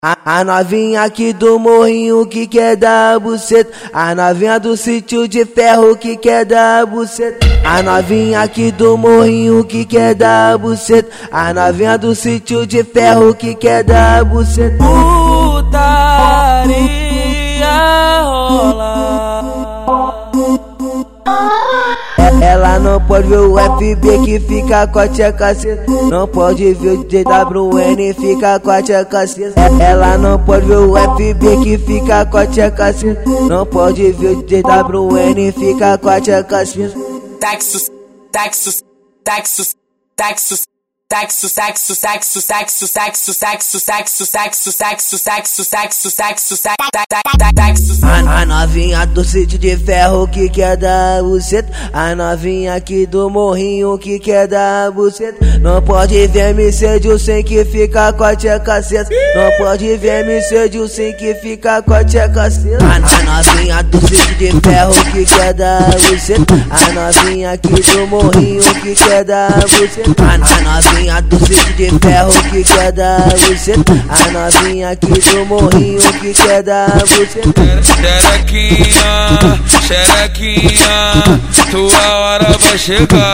A novinha aqui do morrinho que quer dar buceta. A novinha do sítio de ferro que quer dar buceta. A novinha aqui do morrinho que quer dar buceta. A novinha do sítio de ferro que quer dar buceta. Putaria rola. Ela não pode ver o FB que fica com a tcheca acesa. Não pode ver o DWN fica com a tcheca acesa. Ela não pode ver o FB que fica com a tcheca acesa. Não pode ver o DWN fica com a tcheca acesa. Texas, Texas, Texas, Texas. Sexo, sexo, sexo, sexo, sexo, sexo, sexo, sexo, sexo, sexo, sexo, sexo, sexo. A novinha do sítio de ferro que quer dar buceta. A novinha aqui do morrinho que quer dar buceta. Não pode ver MC sem que fica com a tcheca acesa. Não pode ver MC sem que fica com a tcheca acesa. A novinha do sítio de ferro que quer dar buceta. A novinha aqui do morrinho que quer dar buceta. A novinha do sítio de ferro que quer dar buceta. A novinha aqui do morrinho que quer dar buceta. Xerequinha, xerequinha, tua hora vai chegar.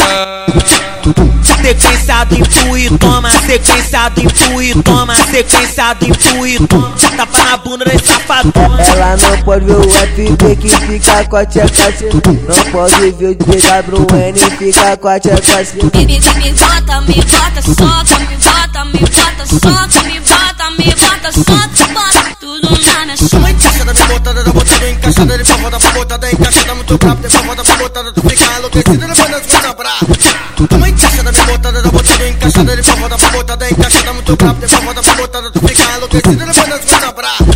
Sequenciado, empurra e toma, sequenciado, empurra e toma, sequenciado, empurra e toma. Tapa na bunda desse safadão. Ela não pode ver o FB que fica com a tcheca acesa. Não pode ver o DWN fica com a tcheca acesa. Me bota, soca, me bota, soca, me bota, soca, bota tudo na minha soca. Encaixada, me botada, da botada encaixada, de pra pra botada encaixada, muito brabo, de pra botada, tu fica enlouquecida, não vai nas coisas bravas. Toma encaixada, me botada, da botada encaixada, de pra botada encaixada, muito brabo, de pra botada, tu fica enlouquecida, não vai nas coisas bravas.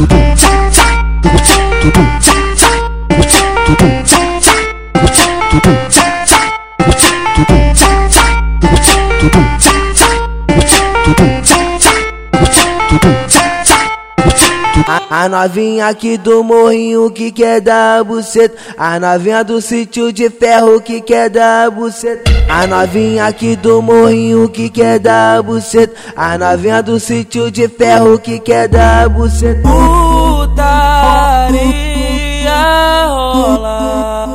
A novinha aqui do morrinho que quer dar buceta. A novinha do sítio de ferro que quer dar buceta. A novinha aqui do morrinho que quer dar buceta. A novinha do sítio de ferro que quer dar buceta. Putaria rola.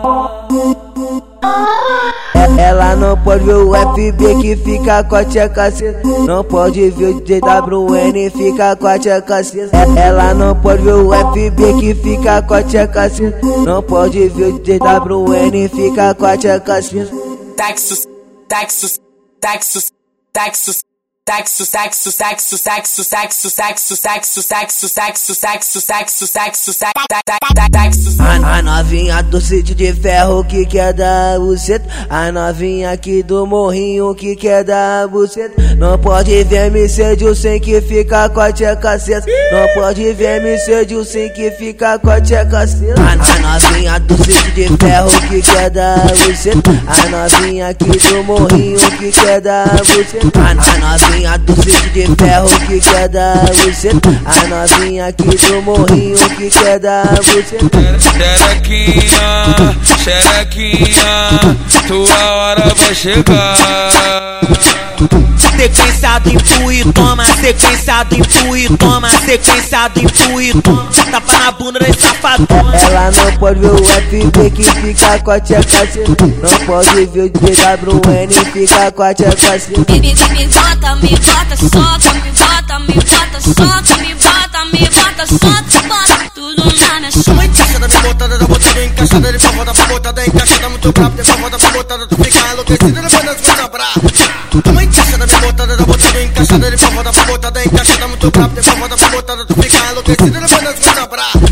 Ela não pode ver o FB que fica com a tcheca acesa. Não pode ver o DWN fica com a tcheca acesa. Ela não pode ver o FB que fica com a tcheca acesa. Não pode ver o DWN fica com a tcheca acesa. Texas, Texas, Texas, Texas. Sexo, sexo, sexo, sexo, sexo, sexo, sexo, sexo, sexo, sexo, sexo, sexo, sexo. A novinha do sítio de ferro que quer dar buceta. A novinha aqui do morrinho que quer dar buceta. Não pode ver MC sem que fica com a tcheca acesa. Não pode ver MC sem que fica com a tcheca acesa. A novinha do sítio de ferro que quer dar buceta. A novinha aqui do morrinho que quer dar buceta. A novinha do sítio de ferro que quer dar buceta. A novinha aqui do morrinho que quer dar buceta. Xerequinha, xerequinha, tua hora vai chegar. Sequenciado, empurra e toma, sequenciado, empurra e toma, sequenciado, empurra e toma. Tapa na bunda desse safadão. Ela não pode ver o FB que fica com a tcheca acesa. Não pode ver o DWN fica com a tcheca acesa. Me bota, soca, me bota, soca, me bota, soca, bota tudo na minha soca. Encaixada, me botada, da botada encaixada, de pra botada encaixada, muito brabo, de pra botada, tu fica enlouquecida, não vai nas coisas bravas. Toma encaixada, me botada, da botada encaixada, de pra botada encaixada, muito brabo, de pra botada, tu fica enlouquecida, não vai nas coisas bravas.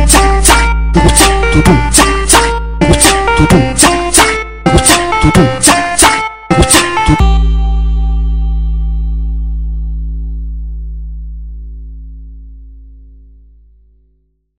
Thank you.